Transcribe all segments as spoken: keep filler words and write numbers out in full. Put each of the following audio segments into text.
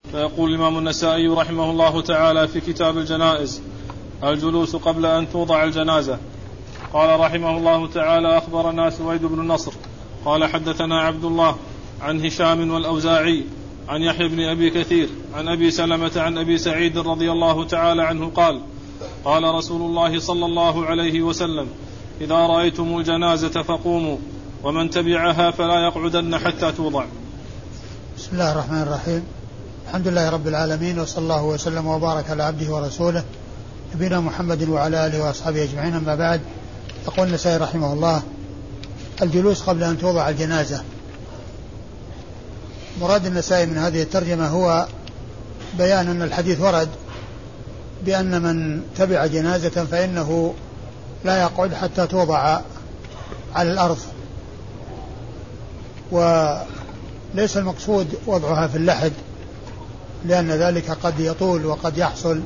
فيقول الإمام النسائي رحمه الله تعالى في كتاب الجنائز: الجلوس قبل أن توضع الجنازة. قال رحمه الله تعالى: أخبرنا سويد بن نصر قال حدثنا عبد الله عن هشام والأوزاعي عن يحيى بن أبي كثير عن أبي سلمة عن أبي سعيد رضي الله تعالى عنه قال: قال رسول الله صلى الله عليه وسلم: إذا رأيتم الجنازة فقوموا ومن تبعها فلا يقعدن حتى توضع. بسم الله الرحمن الرحيم. الحمد لله رب العالمين، وصلى الله وسلم وبارك على عبده ورسوله نبينا محمد وعلى آله وأصحابه أجمعين. أما بعد، يقول النسائي رحمه الله: الجلوس قبل أن توضع الجنازة. مراد النسائي من هذه الترجمة هو بيان أن الحديث ورد بأن من تبع جنازة فإنه لا يقعد حتى توضع على الأرض، وليس المقصود وضعها في اللحد، لأن ذلك قد يطول وقد يحصل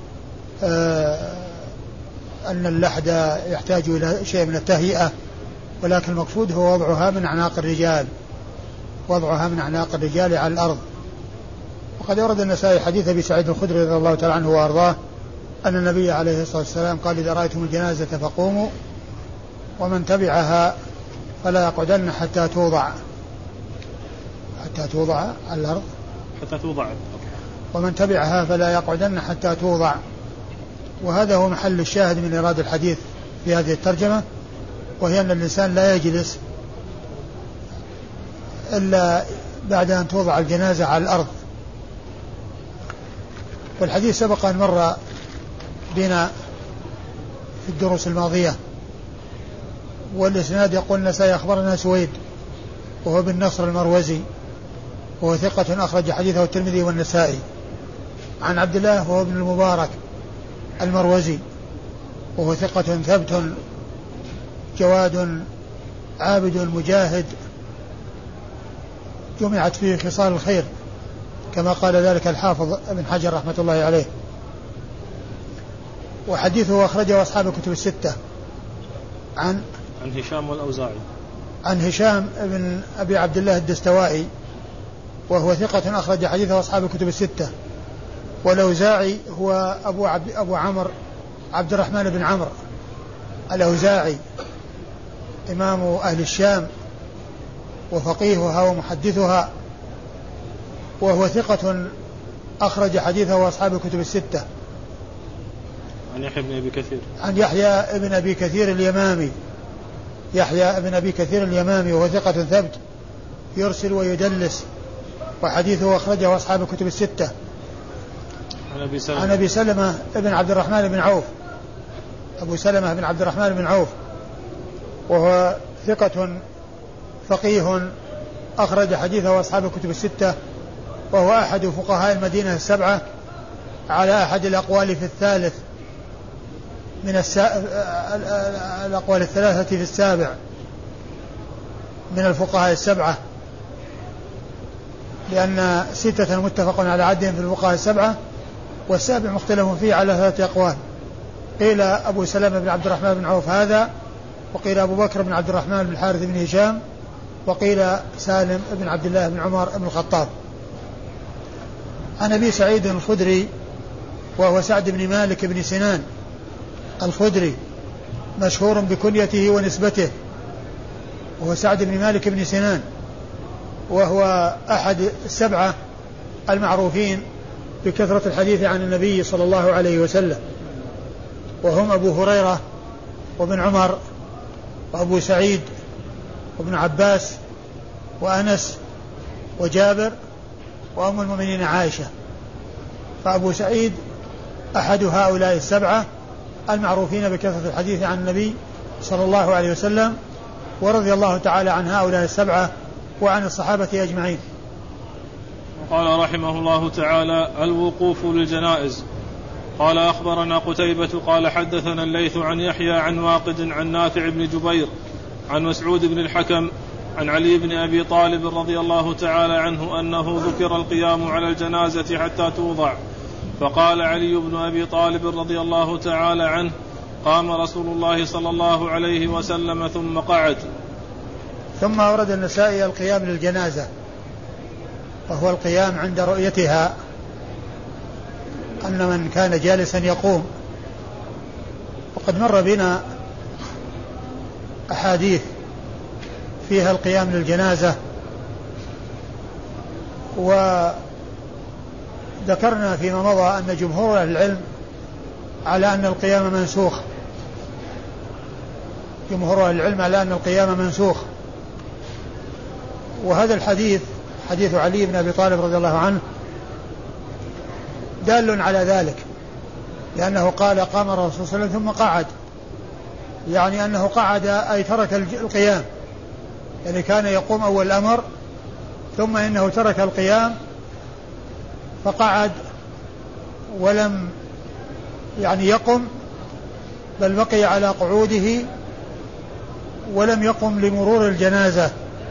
أن اللحد يحتاج إلى شيء من التهيئة، ولكن المقصود هو وضعها من أعناق الرجال وضعها من أعناق الرجال على الأرض. وقد ورد النسائي حديث أبي سعيد الخدري رضي الله تعالى عنه وأرضاه أن النبي عليه الصلاة والسلام قال: إذا رأيتم الجنازة فقوموا ومن تبعها فلا يقعدن حتى توضع حتى توضع على الأرض حتى توضع ومن تبعها فلا يقعدن حتى توضع. وهذا هو محل الشاهد من إيراد الحديث في هذه الترجمة، وهي أن الإنسان لا يجلس إلا بعد أن توضع الجنازة على الأرض. والحديث سبق أن مر بنا في الدروس الماضية. والإسناد يقول النسائي: أخبرنا سويد وهو بن نصر المروزي وهو ثقة أخرج حديثه الترمذي والنسائي، عن عبد الله وهو ابن المبارك المروزي وهو ثقة ثبت جواد عابد مجاهد جمعت فيه خصال الخير، كما قال ذلك الحافظ ابن حجر رحمة الله عليه. وحديثه أخرجه أصحاب الكتب الستة عن عن هشام والأوزاعي عن هشام بن أبي عبد الله الدستوائي وهو ثقة أخرج حديثه أصحاب الكتب الستة. والأوزاعي هو أبو عبد أبو عمرو عبد الرحمن بن عمرو الأوزاعي، إمام أهل الشام وفقيهها ومحدثها، وهو ثقة أخرج حديثه أصحاب الكتب الستة. عن يحيى بن أبي كثير عن يحيى بن أبي كثير اليمامي يحيى بن أبي كثير اليمامي وهو ثقة ثبت يرسل ويدلس، وحديثه أخرجه أصحاب الكتب الستة. عن أبي سلمة عن أبي سلمة بن عبد الرحمن بن عوف أبو سلمة بن عبد الرحمن بن عوف وهو ثقة فقيه أخرج حديثه أصحاب الكتب الستة، وهو أحد فقهاء المدينة السبعة على أحد الأقوال في الثالث من السا... الأقوال الثلاثة في السابع من الفقهاء السبعة، لأن ستة متفق على عدهم في الفقهاء السبعة، والسابع مختلف فيه على ثلاثة أقوال. قيل أبو سلمة بن عبد الرحمن بن عوف هذا، وقيل أبو بكر بن عبد الرحمن بن الحارث بن هشام، وقيل سالم بن عبد الله بن عمر بن الخطاب. عن أبي سعيد الخدري وهو سعد بن مالك بن سنان الخدري، مشهور بكنيته ونسبته، وهو سعد بن مالك بن سنان، وهو أحد السبعة المعروفين بكثرة الحديث عن النبي صلى الله عليه وسلم، وهم أبو هريرة وابن عمر وأبو سعيد وابن عباس وأنس وجابر وأم المؤمنين عائشة. فأبو سعيد أحد هؤلاء السبعة المعروفين بكثرة الحديث عن النبي صلى الله عليه وسلم، ورضي الله تعالى عن هؤلاء السبعة وعن الصحابة أجمعين. قال رحمه الله تعالى: الوقوف للجنائز. قال: أخبرنا قتيبة قال حدثنا الليث عن يحيى عن واقد عن نافع بن جبير عن مسعود بن الحكم عن علي بن أبي طالب رضي الله تعالى عنه أنه ذكر القيام على الجنازة حتى توضع، فقال علي بن أبي طالب رضي الله تعالى عنه: قام رسول الله صلى الله عليه وسلم ثم قعد. ثم أورد النسائي القيام للجنازة، وهو القيام عند رؤيتها أن من كان جالسا يقوم. وقد مر بنا أحاديث فيها القيام للجنازة، وذكرنا فيما مضى أن جمهور أهل العلم على أن القيام منسوخ، جمهور أهل العلم على أن القيام منسوخ. وهذا الحديث حديث علي بن أبي طالب رضي الله عنه دال على ذلك، لأنه قال قام الرسول صلى الله عليه وسلم ثم قعد، يعني أنه قعد أي ترك القيام، يعني كان يقوم أول الأمر ثم إنه ترك القيام فقعد ولم يعني يقم، بل بقي على قعوده ولم يقم لمرور الجنازة.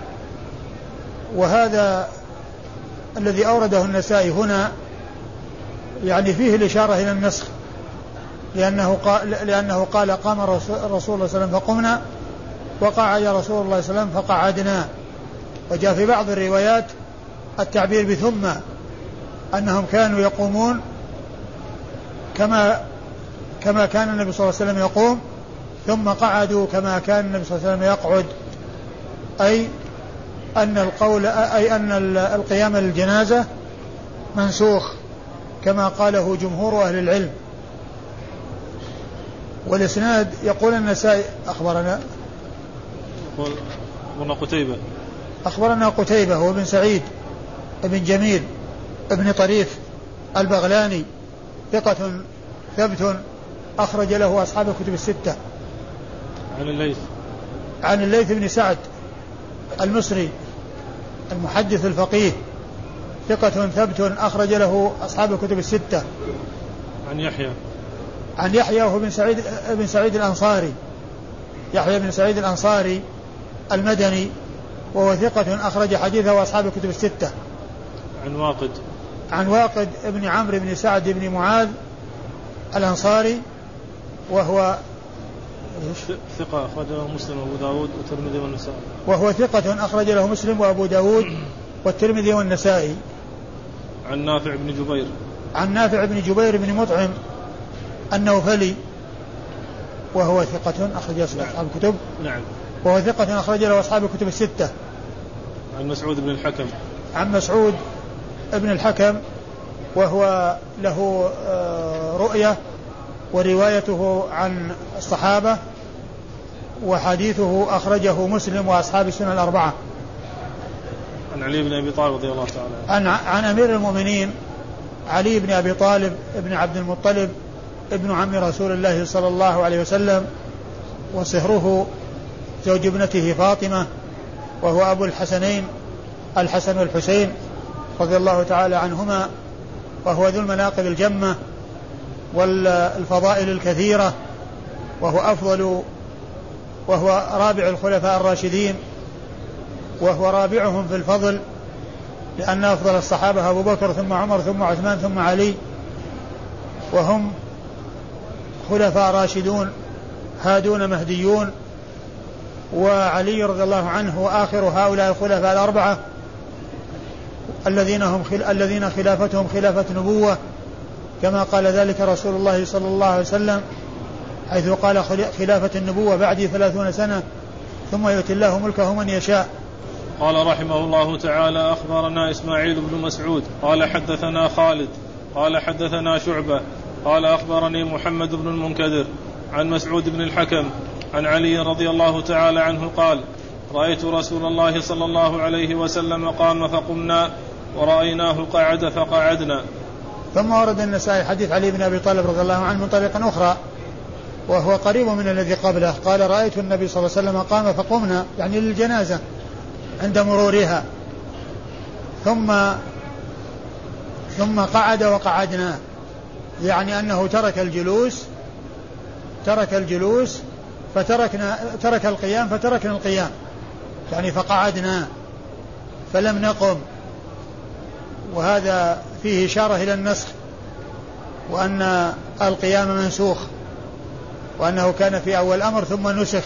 وهذا الذي أورده النسائي هنا يعني فيه الإشارة إلى النسخ، لأنه قال, لأنه قال قام الرسول صلى الله عليه وسلم فقمنا وقعد رسول الله صلى الله عليه وسلم فقعدنا. وجاء في بعض الروايات التعبير بثم، أنهم كانوا يقومون كما كما كان النبي صلى الله عليه وسلم يقوم، ثم قعدوا كما كان النبي صلى الله عليه وسلم يقعد، أي أن القول أي أن القيام للجنازة منسوخ كما قاله جمهور أهل العلم. والإسناد يقول النسائي أخبرنا أخبرنا قتيبة أخبرنا قتيبة هو بن سعيد ابن جميل ابن طريف البغلاني ثقة ثبت أخرج له أصحاب الكتب الستة. عن الليث عن الليث بن سعد المصري المحدث الفقيه ثقة ثبت أخرج له أصحاب الكتب الستة. عن يحيى عن يحيى وهو بن سعيد بن سعيد الأنصاري، يحيى بن سعيد الأنصاري المدني وهو ثقة أخرج حديثه أصحاب الكتب الستة. عن واقد عن واقد ابن عمرو بن سعد بن معاذ الأنصاري وهو ثقة أخرج له مسلم وأبو داود والترمذي والنسائي وهو ثقة أخرج له مسلم وأبو داود والترمذي والنسائي. عن نافع بن جبير عن نافع بن جبير بن مطعم النوفلي وهو ثقة أخرج له أصحاب الكتب. نعم. وهو ثقة أخرج له أصحاب الكتب الستة. عن مسعود بن الحكم عن مسعود ابن الحكم وهو له رؤية وروايته عن الصحابة وحديثه أخرجه مسلم وأصحاب السنن الأربعة. عن علي بن أبي طالب رضي الله تعالى عن, عن أمير المؤمنين علي بن أبي طالب ابن عبد المطلب ابن عم رسول الله صلى الله عليه وسلم وصهره زوج ابنته فاطمة، وهو أبو الحسنين الحسن والحسين رضي الله تعالى عنهما، وهو ذو المناقب الجمة والفضائل الكثيرة، وهو أفضل وهو رابع الخلفاء الراشدين، وهو رابعهم في الفضل، لأن أفضل الصحابة أبو بكر ثم عمر ثم عثمان ثم علي، وهم خلفاء راشدون هادون مهديون، وعلي رضي الله عنه آخر هؤلاء الخلفاء الأربعة الذين هم خل... الذين خلافتهم خلافة نبوة، كما قال ذلك رسول الله صلى الله عليه وسلم حيث قال خلافة النبوة بعدي ثلاثون سنة ثم يؤتي الله ملكه من يشاء. قال رحمه الله تعالى أخبرنا إسماعيل بن مسعود قال حدثنا خالد قال حدثنا شعبة قال أخبرني محمد بن المنكدر عن مسعود بن الحكم عن علي رضي الله تعالى عنه قال رأيت رسول الله صلى الله عليه وسلم قام فقمنا ورأيناه قعد فقعدنا. ثم ورد النسائي حديث علي بن أبي طالب رضي الله عنه من طريق أخرى وهو قريب من الذي قبله، قال رأيت النبي صلى الله عليه وسلم قام فقمنا يعني للجنازة عند مرورها ثم ثم قعد وقعدنا، يعني أنه ترك الجلوس ترك الجلوس فتركنا ترك القيام فتركنا القيام، يعني فقعدنا فلم نقم. وهذا فيه إشارة إلى النسخ وأن القيام منسوخ، وأنه كان في أول الأمر ثم نسخ.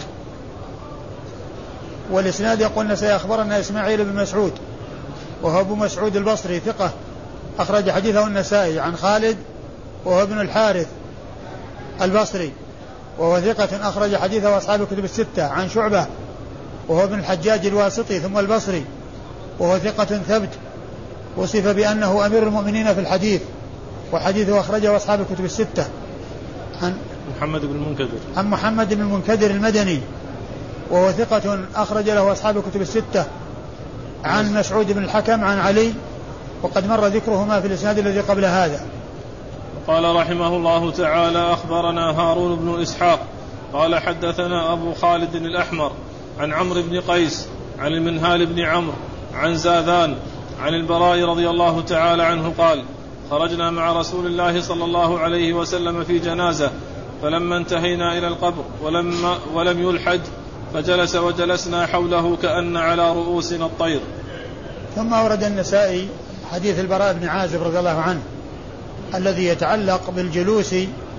والإسناد يقول سيخبرنا إسماعيل بن مسعود وهو أبو مسعود البصري ثقة أخرج حديثه النسائي عن خالد وهو ابن الحارث البصري وهو ثقة أخرج حديثه أصحاب الكتب الستة. عن شعبة وهو ابن الحجاج الواسطي ثم البصري وهو ثقة ثبت وصف بأنه أمير المؤمنين في الحديث وحديثه أخرجه أصحاب الكتب الستة. عن محمد بن المنكدر عن محمد بن المنكدر المدني وهو ثقة أخرج له أصحاب الكتب الستة. عن مسعود بن الحكم عن علي وقد مر ذكرهما في الإسناد الذي قبل هذا. قال رحمه الله تعالى أخبرنا هارون بن إسحاق قال حدثنا أبو خالد الأحمر عن عمرو بن قيس عن المنهال بن عمرو عن زاذان عن البراء رضي الله تعالى عنه قال خرجنا مع رسول الله صلى الله عليه وسلم في جنازة فلما انتهينا إلى القبر ولما ولم يلحد فجلس وجلسنا حوله كأن على رؤوسنا الطير. ثم ورد النسائي حديث البراء بن عازب رضي الله عنه الذي يتعلق بالجلوس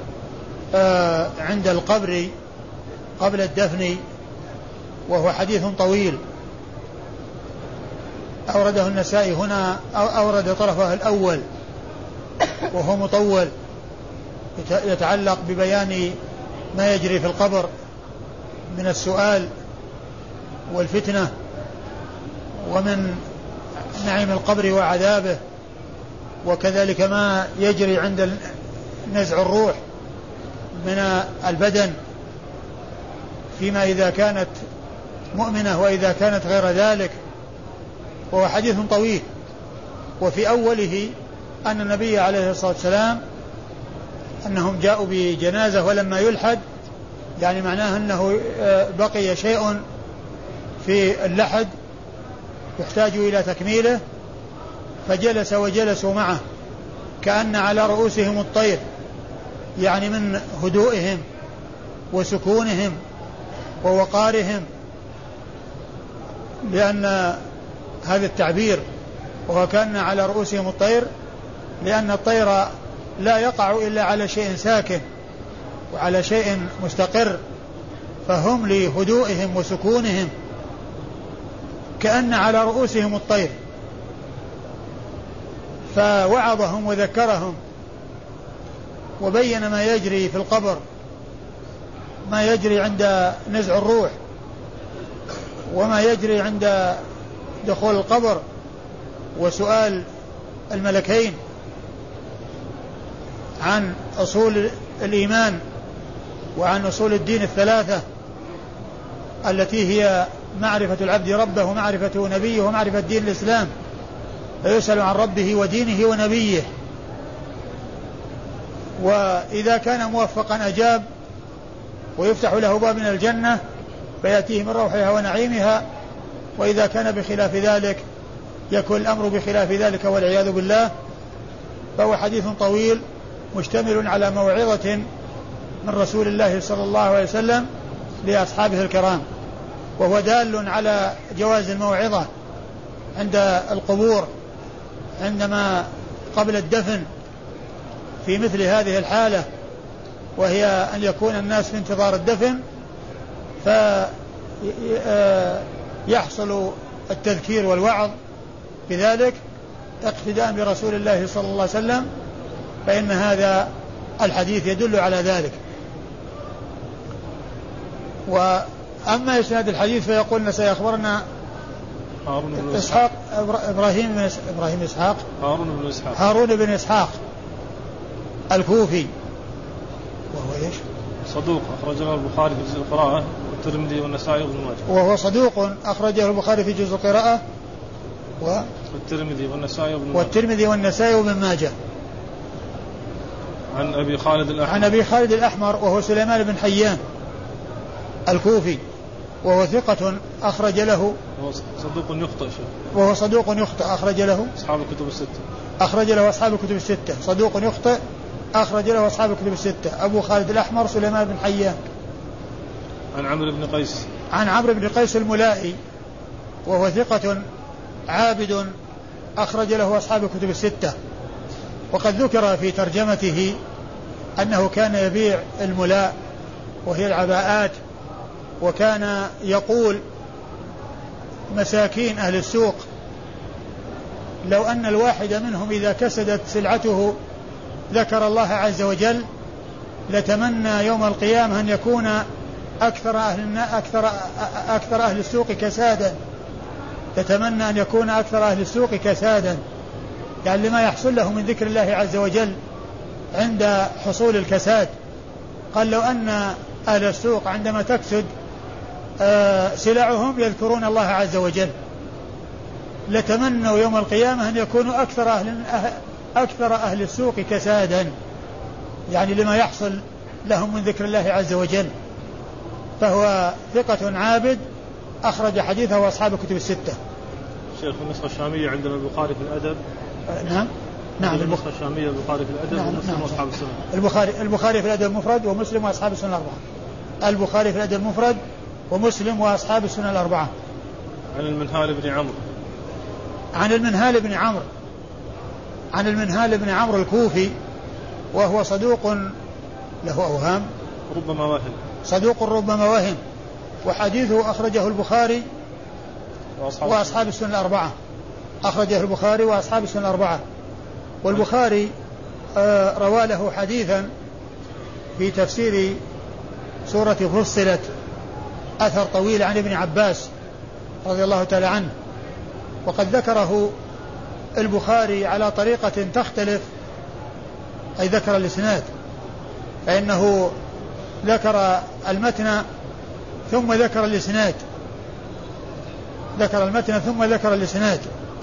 عند القبر قبل الدفن وهو حديث طويل أورده النسائي هنا أورد طرفه الأول وهو مطول يتعلق ببيان ما يجري في القبر من السؤال والفتنة ومن نعيم القبر وعذابه وكذلك ما يجري عند نزع الروح من البدن فيما إذا كانت مؤمنة وإذا كانت غير ذلك وهو حديث طويل. وفي أوله أن النبي عليه الصلاة والسلام أنهم جاءوا بجنازة ولما يلحد يعني معناه أنه بقي شيء في اللحد يحتاج إلى تكميله فجلس وجلسوا معه كأن على رؤوسهم الطير يعني من هدوئهم وسكونهم ووقارهم لأن هذا التعبير وهو كأن على رؤوسهم الطير لأن الطير لا يقع إلا على شيء ساكن وعلى شيء مستقر فهم لهدوئهم وسكونهم كأن على رؤوسهم الطير فوعظهم وذكرهم وبين ما يجري في القبر ما يجري عند نزع الروح وما يجري عند دخول القبر وسؤال الملكين عن أصول الإيمان وعن أصول الدين الثلاثة التي هي معرفة العبد ربه ومعرفة نبيه ومعرفة دين الإسلام فيسأل عن ربه ودينه ونبيه وإذا كان موفقا أجاب ويفتح له باب من الجنة فيأتيه من روحها ونعيمها وإذا كان بخلاف ذلك يكون الأمر بخلاف ذلك والعياذ بالله. فهو حديث طويل مشتمل على موعظة من رسول الله صلى الله عليه وسلم لأصحابه الكرام وهو دال على جواز الموعظة عند القبور عندما قبل الدفن في مثل هذه الحالة وهي أن يكون الناس في انتظار الدفن فيحصل التذكير والوعظ بذلك اقتداء برسول الله صلى الله عليه وسلم فإن هذا الحديث يدل على ذلك. وأما إسناد الحديث فيقول سيخبرنا إسحاق إبراهيم بن إبراهيم إسحاق هارون بن إسحاق هارون بن إسحاق الكوفي وهو إيش؟ صدوق أخرجه البخاري في جزء القراءة والترمذي والنسائي وابن ماجه. وهو صدوق أخرجه البخاري في جزء القراءة و... والترمذي والنسائي وابن ماجه. والترمذي والنسائي وابن ماجه. عن أبي خالد الأحمر عن أبي خالد الأحمر وهو سليمان بن حيان الكوفي وهو ثقة أخرج له وهو صدوق يخطئ شيء وهو صدوق يخطئ أخرج له أصحاب الكتب الستة أخرج له أصحاب الكتب الستة صدوق يخطئ أخرج له أصحاب الكتب الستة. أبو خالد الأحمر سليمان بن حيان. عن عمرو بن قيس عن عمرو بن قيس الملائي وهو ثقة عابد أخرج له أصحاب الكتب الستة. وقد ذكر في ترجمته أنه كان يبيع الملاء وهي العباءات وكان يقول مساكين أهل السوق لو أن الواحد منهم إذا كسدت سلعته ذكر الله عز وجل لتمنى يوم القيامة أن يكون أكثر أهل, أكثر, أكثر أهل السوق كسادا. تتمنى أن يكون أكثر أهل السوق كسادا، يعني لما يحصل له من ذكر الله عز وجل عند حصول الكساد. قال لو أن أهل السوق عندما تكسد سلعهم يذكرون الله عز وجل لتمنوا يوم القيامة أن يكونوا أكثر أهل, أكثر أهل السوق كسادا، يعني لما يحصل لهم من ذكر الله عز وجل. فهو ثقة عابد أخرج حديثه وأصحاب الكتب الستة. شيخ النسخة الشامية عندنا البخاري في الأدب. أه نعم نعم النسخة الشامية البخاري في الأدب نعم ومسلم نعم وأصحاب السنة. البخاري البخاري في الأدب مفرد ومسلم وأصحاب السنة الأربعة. البخاري في الأدب مفرد ومسلم وأصحاب السنة الأربعة. عن المنهال بن عمرو. عن المنهال بن عمرو عن المنهال بن عمرو الكوفي وهو صدوق له أوهام ربما وهم صدوق ربما وهم وحديثه أخرجه البخاري وأصحاب, وأصحاب السنة الأربعة. أخرجه البخاري وأصحاب السنة الأربعة. والبخاري آه روى له حديثا في تفسير سورة فصلت أثر طويل عن ابن عباس رضي الله تعالى عنه، وقد ذكره البخاري على طريقة تختلف، أي ذكر الإسناد، فإنه ذكر المتن ثم ذكر الإسناد ذكر المتن ثم ذكر الإسناد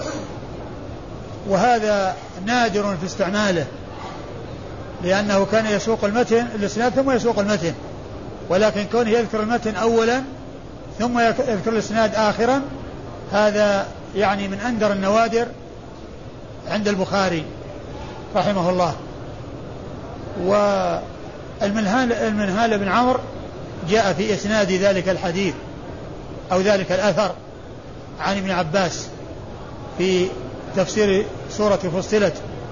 وهذا نادر في استعماله، لأنه كان يسوق المتن الإسناد ثم يسوق المتن، ولكن كونه يذكر المتن أولا ثم يذكر الإسناد آخرا هذا يعني من أندر النوادر عند البخاري رحمه الله. والمنهال المنهال بن عمرو جاء في إسناد ذلك الحديث أو ذلك الأثر عن ابن عباس في تفسير سورة فصلت.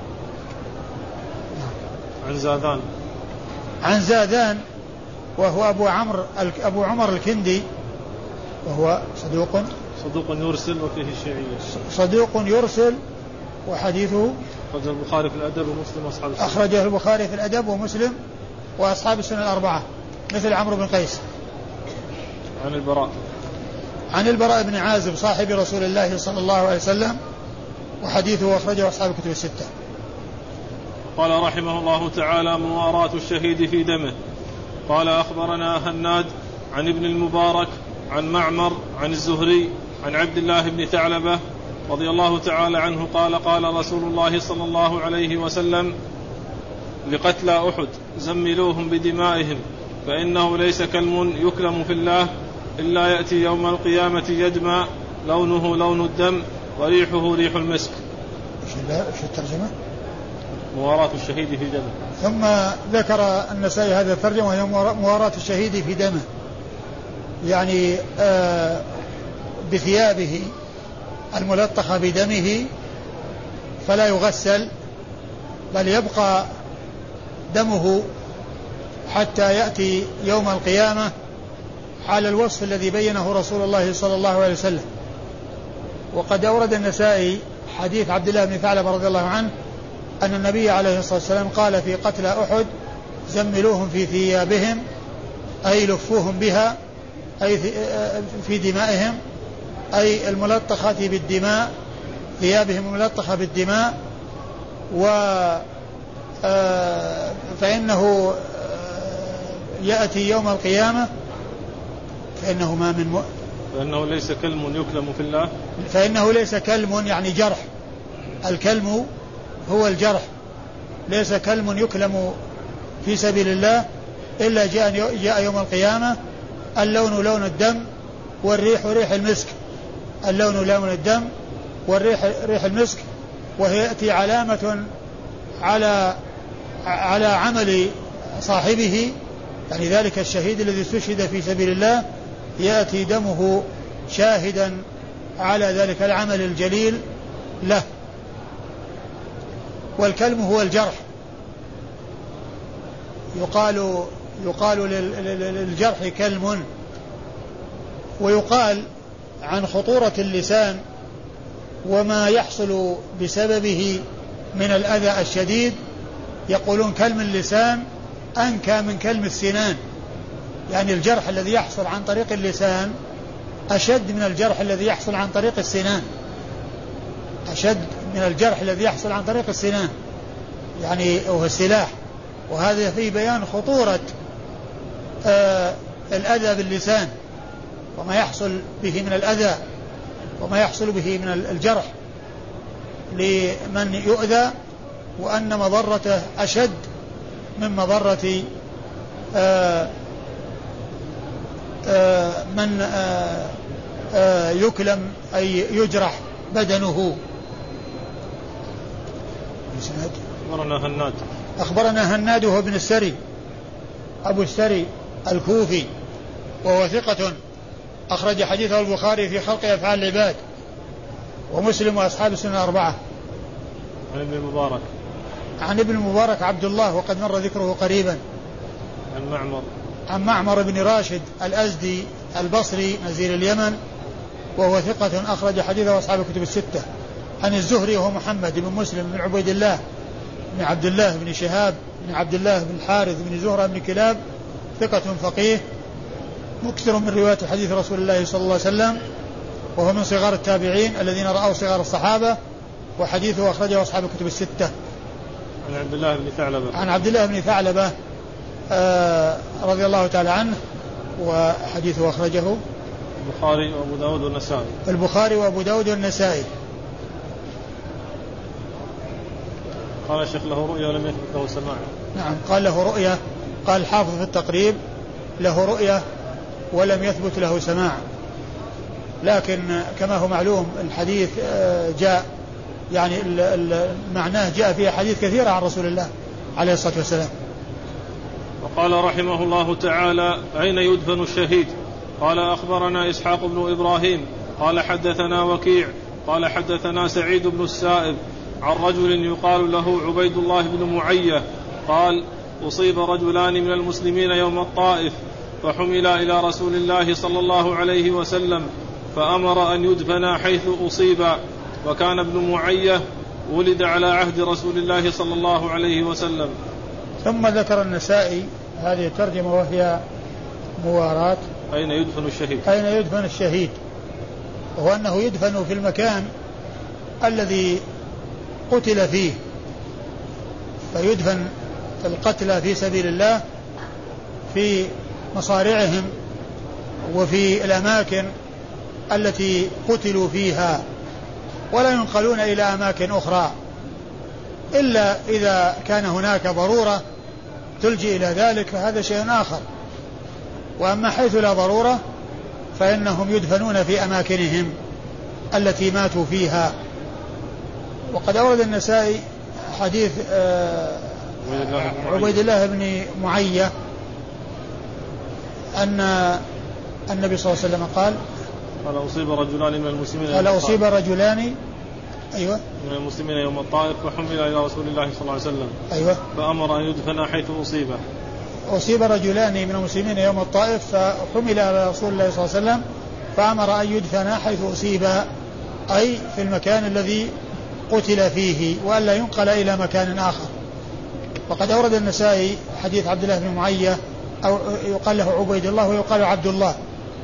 عن زاذان عن زاذان وهو أبو عمرو أبو عمر الكندي وهو صدوق صدوق يرسل وفيه شيعية صدوق يرسل وحديثه أخرجه البخاري في الأدب ومسلم وأصحاب السنة. أخرجه البخاري في الأدب ومسلم وأصحاب السنة الأربعة مثل عمرو بن قيس. عن البراء عن البراء بن عازب صاحب رسول الله صلى الله عليه وسلم وحديثه أخرجه أصحاب الكتب الستة. قال رحمه الله تعالى: مواراة الشهيد في دمه. قال أخبرنا هناد عن ابن المبارك عن معمر عن الزهري عن عبد الله بن ثعلبة رضي الله تعالى عنه قال: قال رسول الله صلى الله عليه وسلم لقتلى أحد: زملوهم بدمائهم فإنه ليس كلم يكلم في الله إلا يأتي يوم القيامة يدمى لونه لون الدم وريحه ريح المسك. ايش الترجمة؟ مواراة الشهيد في دمه. ثم ذكر النسائي هذا الترجمة وهي مواراة الشهيد في دمه، يعني آه بثيابه الملطخة بدمه فلا يغسل بل يبقى دمه حتى يأتي يوم القيامة على الوصف الذي بينه رسول الله صلى الله عليه وسلم. وقد أورد النسائي حديث عبد الله بن ثعلبة رضي الله عنه أن النبي عليه الصلاة والسلام قال في قتلى أحد: زملوهم في ثيابهم، أي لفوهم بها، أي في دمائهم، أي الملطخة بالدماء، ثيابهم الملطخة بالدماء، و فإنه يأتي يوم القيامة فإنه ما من م... فإنه ليس كلم يكلم في الله فإنه ليس كلم يعني جرح، الكلم هو الجرح، ليس كلم يكلم في سبيل الله إلا جاء, جاء يوم القيامة اللون لون الدم والريح ريح المسك، اللون لون الدم والريح ريح المسك، وهي يأتي علامة على على عمل صاحبه، يعني ذلك الشهيد الذي استشهد في سبيل الله يأتي دمه شاهدا على ذلك العمل الجليل له. والكلم هو الجرح، يقال يقال للجرح كلم. ويقال عن خطورة اللسان وما يحصل بسببه من الأذى الشديد يقولون كلم اللسان أنكى من كلم السنان، يعني الجرح الذي يحصل عن طريق اللسان أشد من الجرح الذي يحصل عن طريق السنان، أشد من الجرح الذي يحصل عن طريق السنان يعني هو السلاح. وهذا فيه بيان خطورة آه الأذى باللسان وما يحصل به من الأذى وما يحصل به من الجرح لمن يؤذى، وأن مضرته أشد من مضرة آه آه من آه آه يكلم أي يجرح بدنه. أخبرنا هناد أخبرنا هناد وهو ابن السري أبو السري الكوفي وهو ثقة أخرج حديثه البخاري في خلق أفعال العباد ومسلم وأصحاب السنة الأربعة. عن ابن المبارك عن ابن المبارك عبد الله وقد مر ذكره قريبا. عن معمر عن معمر بن راشد الأزدي البصري نزيل اليمن وهو ثقة أخرج حديثه أصحاب الكتب الستة. عن الزهري وهو محمد بن مسلم بن عبيد الله بن عبد الله بن شهاب بن عبد الله بن الحارث بن زهرة بن كلاب ثقة فقيه مكثر من رواية حديث رسول الله صلى الله عليه وسلم، وهو من صغار التابعين الذين رأوا صغار الصحابة، وحديثه أخرجه أصحاب الكتب الستة. عن عبد الله بن ثعلبة عن عبد الله بن ثعلبة آه رضي الله تعالى عنه، وحديثه أخرجه البخاري وأبو داود والنسائي البخاري وأبو داود والنسائي. قال الشيخ له رؤيا ولم يثبت له سماع. نعم قال له رؤيا، قال الحافظ في التقريب له رؤيا ولم يثبت له سماع، لكن كما هو معلوم الحديث جاء يعني معناه جاء فيه حديث كثيرة عن رسول الله عليه الصلاة والسلام. وقال رحمه الله تعالى: أين يدفن الشهيد؟ قال: أخبرنا إسحاق بن إبراهيم قال حدثنا وكيع قال حدثنا سعيد بن السائب عن رجل يقال له عبيد الله بن معية قال: أصيب رجلان من المسلمين يوم الطائف فحملا إلى رسول الله صلى الله عليه وسلم فأمر أن يدفنا حيث أصيبا، وكان ابن معية ولد على عهد رسول الله صلى الله عليه وسلم. ثم ذكر النسائي هذه الترجمة وهي مواراة أين يدفن الشهيد أين يدفن الشهيد وهو أنه يدفن في المكان الذي قتل فيه، فيدفن القتلى في سبيل الله في مصارعهم وفي الأماكن التي قتلوا فيها، ولا ينقلون إلى أماكن أخرى إلا إذا كان هناك ضرورة تلجي إلى ذلك، فهذا شيء آخر. وأما حيث لا ضرورة فإنهم يدفنون في أماكنهم التي ماتوا فيها. وقد أورد النسائي حديث آه عبيد الله بن معية أن النبي صلى الله عليه وسلم قال قال أصيب رجلان من المسلمين قال أصيب رجلان أيوة من المسلمين يوم الطائف وحمل إلى رسول الله صلى الله عليه وسلم أيوة فأمر أن يدفن حيث أصيب. أصيب رجلان من المسلمين يوم الطائف فحمل إلى رسول الله صلى الله عليه وسلم فأمر أن يدفن حيث أصيب، أي في المكان الذي قتل فيه، وألا ينقل إلى مكان آخر. وقد أورد النسائي حديث عبد الله بن معية أو يقال له عبيد الله ويقال عبد الله،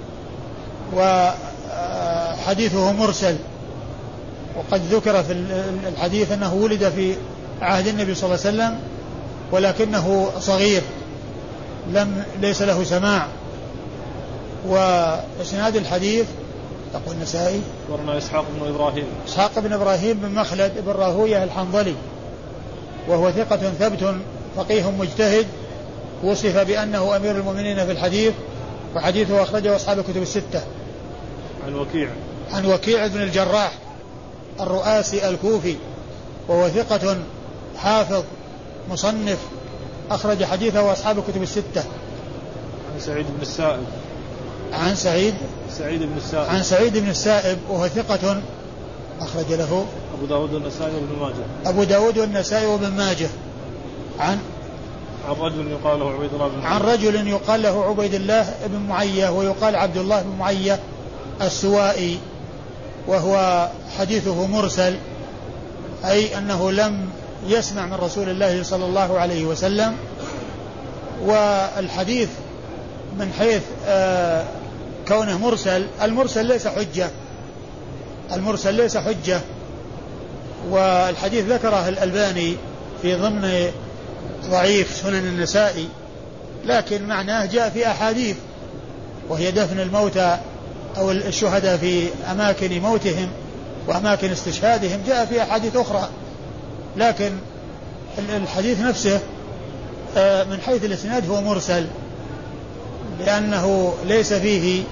وحديثه مرسل. وقد ذكر في الحديث أنه ولد في عهد النبي صلى الله عليه وسلم ولكنه صغير لم ليس له سماع. وإسناد الحديث يقول النسائي ورنا إسحاق بن إبراهيم إسحاق بن إبراهيم بن مخلد بن راهوية الحنظلي، وهو ثقة ثبت فقيه مجتهد، وصف بأنه أمير المؤمنين في الحديث، وحديثه أخرجه أصحاب الكتب الستة. عن وكيع عن وكيع بن الجراح الرؤاسي الكوفي، وهو ثقة حافظ مصنف أخرج حديثه أصحاب الكتب الستة. عن سعيد بن السائب عن سعيد سعيد بن السائب عن سعيد بن السائب وهو ثقة أخرج له أبو داود والنسائي وابن ماجه أبو داود والنسائي وابن ماجه. عن عن رجل يقال له عبيد الله بن عن رجل يقال له عبيد الله بن معية ويقال عبد الله بن معية السوائي، وهو حديثه مرسل، أي أنه لم يسمع من رسول الله صلى الله عليه وسلم. والحديث من حيث آه كونه مرسل، المرسل ليس حجة، المرسل ليس حجة. والحديث ذكره الألباني في ضمن ضعيف سنن النسائي، لكن معناه جاء في أحاديث، وهي دفن الموتى أو الشهداء في أماكن موتهم وأماكن استشهادهم، جاء في أحاديث أخرى. لكن الحديث نفسه من حيث الإسناد هو مرسل، لأنه ليس فيه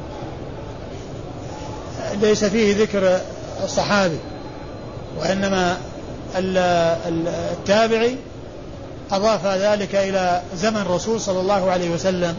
ليس فيه ذكر الصحابي، وإنما التابعي أضاف ذلك إلى زمن الرسول صلى الله عليه وسلم.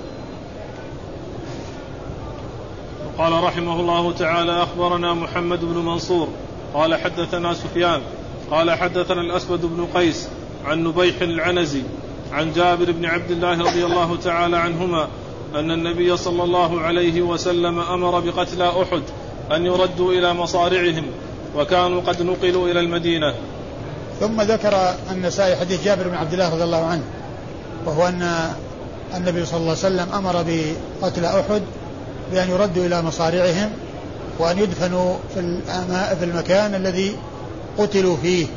قال رحمه الله تعالى: أخبرنا محمد بن منصور قال حدثنا سفيان قال حدثنا الأسود بن قيس عن نبيح العنزي عن جابر بن عبد الله رضي الله تعالى عنهما أن النبي صلى الله عليه وسلم أمر بقتلى أحد أن يردوا إلى مصارعهم وكانوا قد نقلوا إلى المدينة. ثم ذكر النسائي حديث جابر بن عبد الله رضي الله عنه، وهو أن النبي صلى الله عليه وسلم أمر بقتلى أحد بأن يردوا إلى مصارعهم وأن يدفنوا في المكان الذي قتلوا فيه،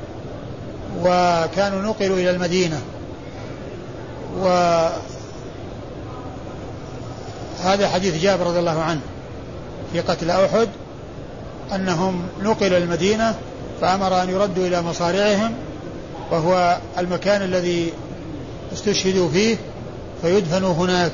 وكانوا نقلوا إلى المدينة. وهذا حديث جابر رضي الله عنه في قتل أحد أنهم نقلوا المدينة فأمر أن يردوا إلى مصارعهم، وهو المكان الذي استشهدوا فيه، فيدفنوا هناك.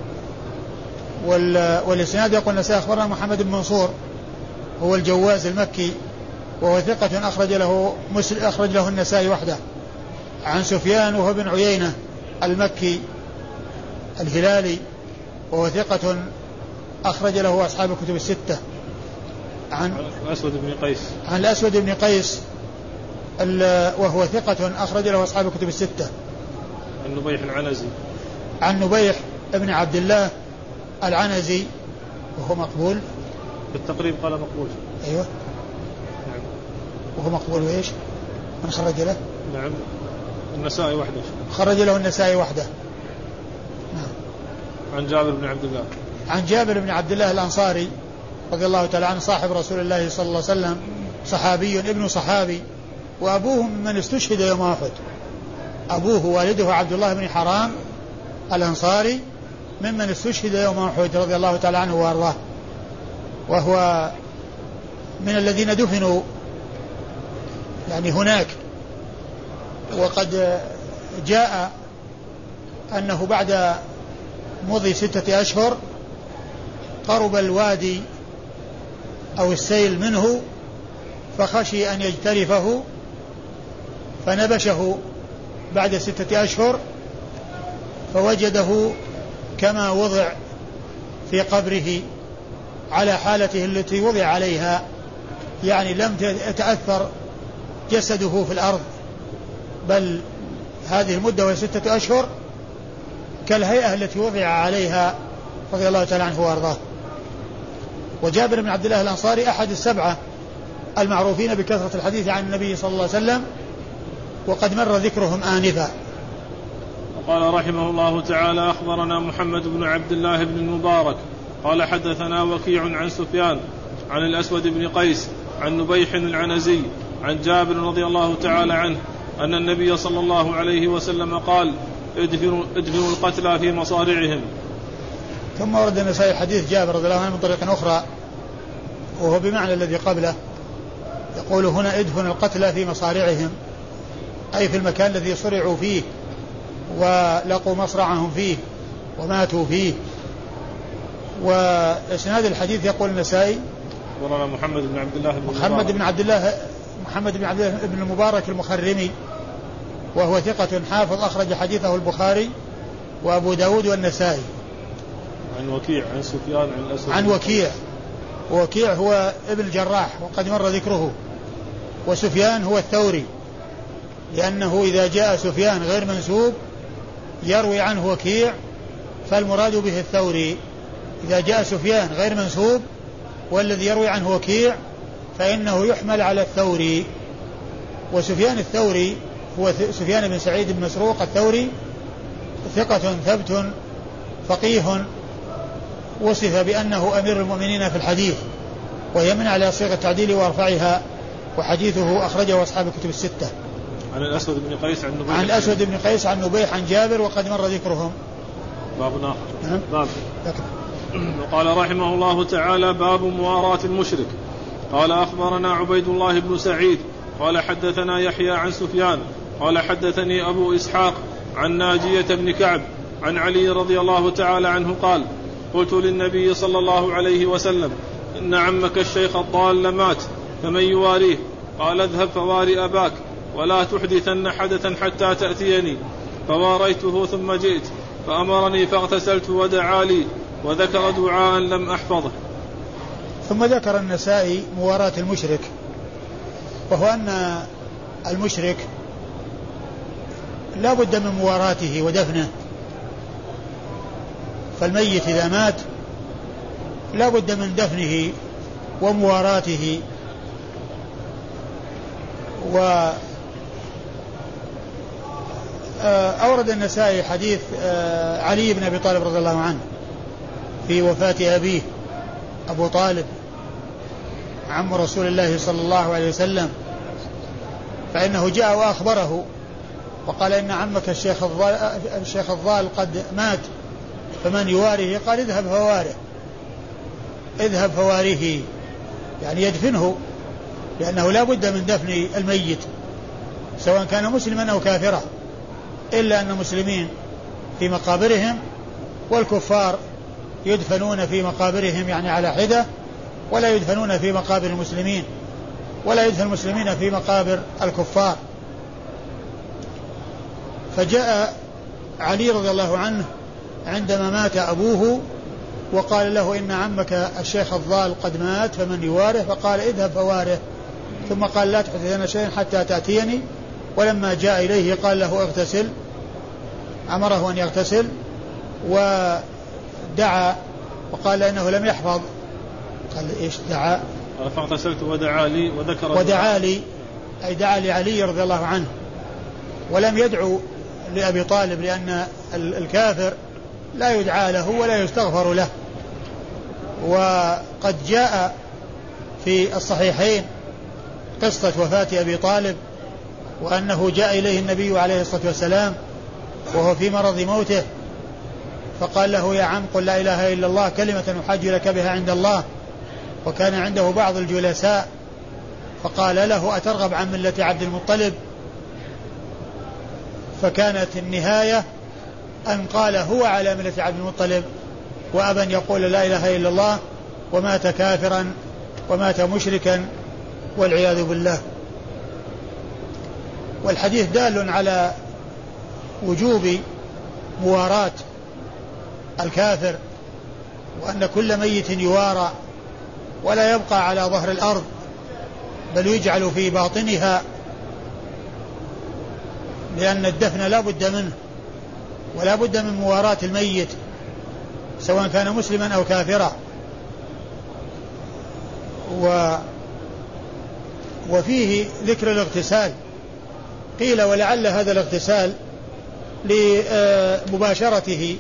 والإسناد يقول النسائي أخبرنا محمد بن منصور هو الجواز المكي، وهو ثقة أخرج له مسلم أخرج له النسائي وحده، عن سفيان وهو بن عيينة المكي الهلالي، وهو ثقة أخرج له أصحاب الكتب الستة، عن الأسود بن قيس عن الأسود بن قيس وهو ثقة أخرج له أصحاب الكتب الستة، عن نبيح العنزي عن نبيح ابن عبد الله العنزي وهو مقبول بالتقريب، قال مقبول. أيوة نعم. وهو مقبول. وإيش من خرج له؟ نعم النسائي وحده، خرج له النسائي وحده. نعم. عن جابر بن عبد الله عن جابر بن عبد الله الأنصاري رضي الله تعالى عنه صاحب رسول الله صلى الله عليه وسلم، صحابي ابن صحابي، وأبوه ممن استشهد يوم أحد. أبوه والده عبد الله بن حرام الأنصاري ممن استشهد يوم أحد رضي الله تعالى عنه وأرضاه، وهو من الذين دفنوا يعني هناك. وقد جاء أنه بعد مضي ستة أشهر قرب الوادي أو السيل منه، فخشي أن يجترفه فنبشه بعد ستة أشهر، فوجده كما وضع في قبره على حالته التي وضع عليها، يعني لم يتأثر جسده في الأرض، بل هذه المدة وهي ستة أشهر كالهيئة التي وضع عليها رضي الله تعالى عنه وأرضاه. وجابر بن عبد الله الأنصاري أحد السبعة المعروفين بكثرة الحديث عن النبي صلى الله عليه وسلم، وقد مر ذكرهم آنفا. قال رحمه الله تعالى: أخبرنا محمد بن عبد الله بن المبارك قال حدثنا وكيع عن سفيان عن الأسود بن قيس عن نبيح العنزي عن جابر رضي الله تعالى عنه أن النبي صلى الله عليه وسلم قال: ادفنوا, ادفنوا القتلى في مصارعهم. ثم ورد النسائي حديث جابر رضي الله عنه من طريق أخرى، وهو بمعنى الذي قبله، يقول هنا: ادفنوا القتلى في مصارعهم، أي في المكان الذي صرعوا فيه ولقوا مصرعهم فيه وماتوا فيه. وإسناد الحديث يقول النسائي ورانا محمد بن عبد الله بن محمد بن عبد الله محمد بن عبد الله بن المبارك المخرمي، وهو ثقة حافظ أخرج حديثه البخاري وأبو داود والنسائي. عن وكيع عن سفيان عن الأسود عن وكيع، وكيع هو ابن الجراح وقد مر ذكره، وسفيان هو الثوري، لأنه إذا جاء سفيان غير منسوب يروي عنه وكيع فالمراد به الثوري. إذا جاء سفيان غير منسوب والذي يروي عنه وكيع فإنه يحمل على الثوري. وسفيان الثوري هو سفيان بن سعيد بن مسروق الثوري ثقة ثبت فقيه، وصف بأنه أمير المؤمنين في الحديث، ويمنع على صيغة التعديل وأرفعها، وحديثه أخرجه أصحاب الكتب الستة. عن الأسود بن قيس عن نبيح عن الأسود بن قيس عن نبيح عن جابر، وقد مر ذكرهم. باب آخر. نعم. باب. وقال رحمه الله تعالى: باب مواراة المشرك. قال أخبرنا عبيد الله بن سعيد قال حدثنا يحيى عن سفيان قال حدثني أبو إسحاق عن ناجية بن كعب عن علي رضي الله تعالى عنه قال: قلت للنبي صلى الله عليه وسلم: إن عمك الشيخ الضال مات فمن يواريه؟ قال: اذهب فواري أباك ولا تحدثن حدثا حتى تأتيني. فواريته ثم جئت فأمرني فاغتسلت ودعا لي، وذكر دعاء لم أحفظه. ثم ذكر النسائي مواراة المشرك، وهو أن المشرك لا بد من مواراته ودفنه، فالميت إذا مات لا بد من دفنه ومواراته. و أورد النسائي حديث علي بن أبي طالب رضي الله عنه في وفاة أبيه أبو طالب عم رسول الله صلى الله عليه وسلم، فإنه جاء وأخبره وقال: إن عمك الشيخ الضال, الشيخ الضال قد مات فمن يواريه؟ قال: اذهب فواره، اذهب فواره، يعني يدفنه، لأنه لا بد من دفن الميت سواء كان مسلما أو كافرا، إلا أن المسلمين في مقابرهم والكفار يدفنون في مقابرهم يعني على حدة، ولا يدفنون في مقابر المسلمين، ولا يدفن المسلمين في مقابر الكفار. فجاء علي رضي الله عنه عندما مات أبوه وقال له: إن عمك الشيخ الضال قد مات فمن يواره؟ فقال: اذهب فواره. ثم قال: لا تحدثن شيئا حتى تأتيني. ولما جاء إليه قال له: اغتسل، أمره أن يغتسل، ودعا وقال إنه لم يحفظ. قال: إيش دعا؟ قال: فاغتسلت ودعا لي، وذكر ودعا لي، أي دعا لعلي رضي الله عنه، ولم يدعو لأبي طالب، لأن الكافر لا يدعى له ولا يستغفر له. وقد جاء في الصحيحين قصة وفاة أبي طالب، وأنه جاء إليه النبي عليه الصلاة والسلام وهو في مرض موته، فقال له: يا عم قل لا إله إلا الله كلمة أحاج لك بها عند الله. وكان عنده بعض الجلساء فقال له: أترغب عن ملة عبد المطلب؟ فكانت النهاية أن قال هو على ملة عبد المطلب، وأبا يقول لا إله إلا الله، ومات كافرا ومات مشركا والعياذ بالله. والحديث دال على وجوب مواراة الكافر، وأن كل ميت يوارى ولا يبقى على ظهر الأرض، بل يجعل في باطنها، لأن الدفن لا بد منه، ولا بد من مواراة الميت سواء كان مسلما أو كافرا. و وفيه ذكر الاغتسال، قيل ولعل هذا الاغتسال لمباشرته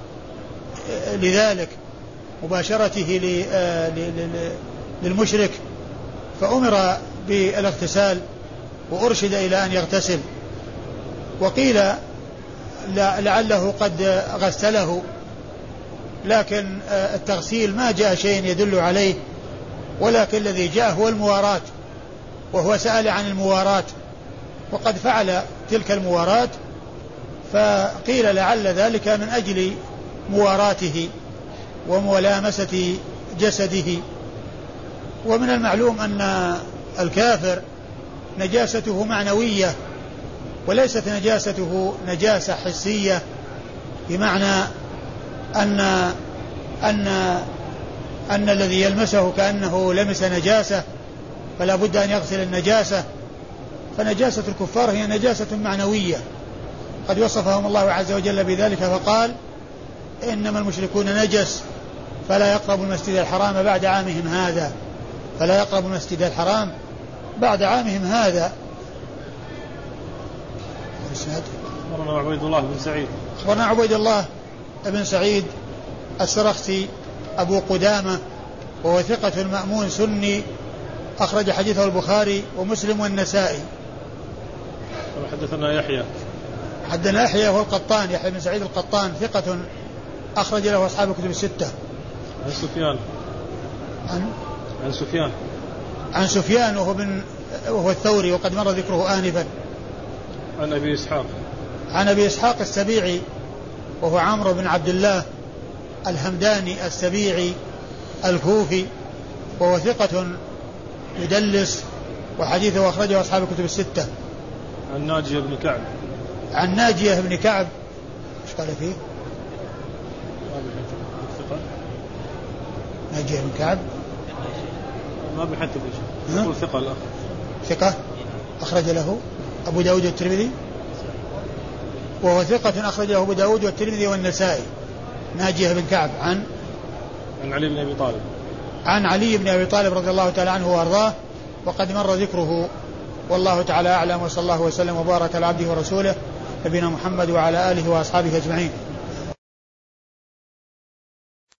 لذلك مباشرته للمشرك، فأمر بالاغتسال وأرشد إلى أن يغتسل. وقيل لعله قد غسله، لكن التغسيل ما جاء شيء يدل عليه، ولكن الذي جاء هو المواراة، وهو سأل عن المواراة وقد فعل تلك المواراة، فقيل لعل ذلك من أجل مواراته وملامسة جسده. ومن المعلوم أن الكافر نجاسته معنوية وليست نجاسته نجاسة حسية، بمعنى أن أن أن الذي يلمسه كأنه لمس نجاسة فلا بد أن يغسل النجاسة. فنجاسة الكفار هي نجاسة معنوية، قد وصفهم الله عز وجل بذلك فقال: إنما المشركون نجس فلا يقربوا المسجد الحرام بعد عامهم هذا، فلا يقربوا المسجد الحرام بعد عامهم هذا. الإسناد. أخبرنا عبيد الله بن سعيد أخبرنا عبيد الله بن سعيد السرخسي أبو قدامة وهو ثقة مأمون سني أخرج حديثه البخاري ومسلم والنسائي. حدثنا يحيى حدثنا يحيى هو القطان يحيى بن سعيد القطان ثقة أخرج له أصحاب الكتب الستة. عن سفيان عن عن سفيان عن سفيان وهو بن وهو الثوري وقد مر ذكره آنفا. عن أبي إسحاق عن أبي إسحاق السبيعي وهو عمرو بن عبد الله الهمداني السبيعي الكوفي وهو ثقة يدلس وحديثه أخرجه أصحاب الكتب الستة. عن ناجية بن كعب عن ناجية بن كعب ايش قال فيه؟ ناجية بن كعب ما بحث فيه يقول ثقة الأخ ثقة أخرج له أبو داود والترمذي وهو ثقة أخرج له أبو داود والترمذي والنسائي. ناجية بن كعب عن عن علي بن أبي طالب عن علي بن أبي طالب رضي الله تعالى عنه وأرضاه وقد مر ذكره. والله تعالى أعلم وصلى الله وسلم وبارك على عبده ورسوله نبينا محمد وعلى آله وأصحابه أجمعين.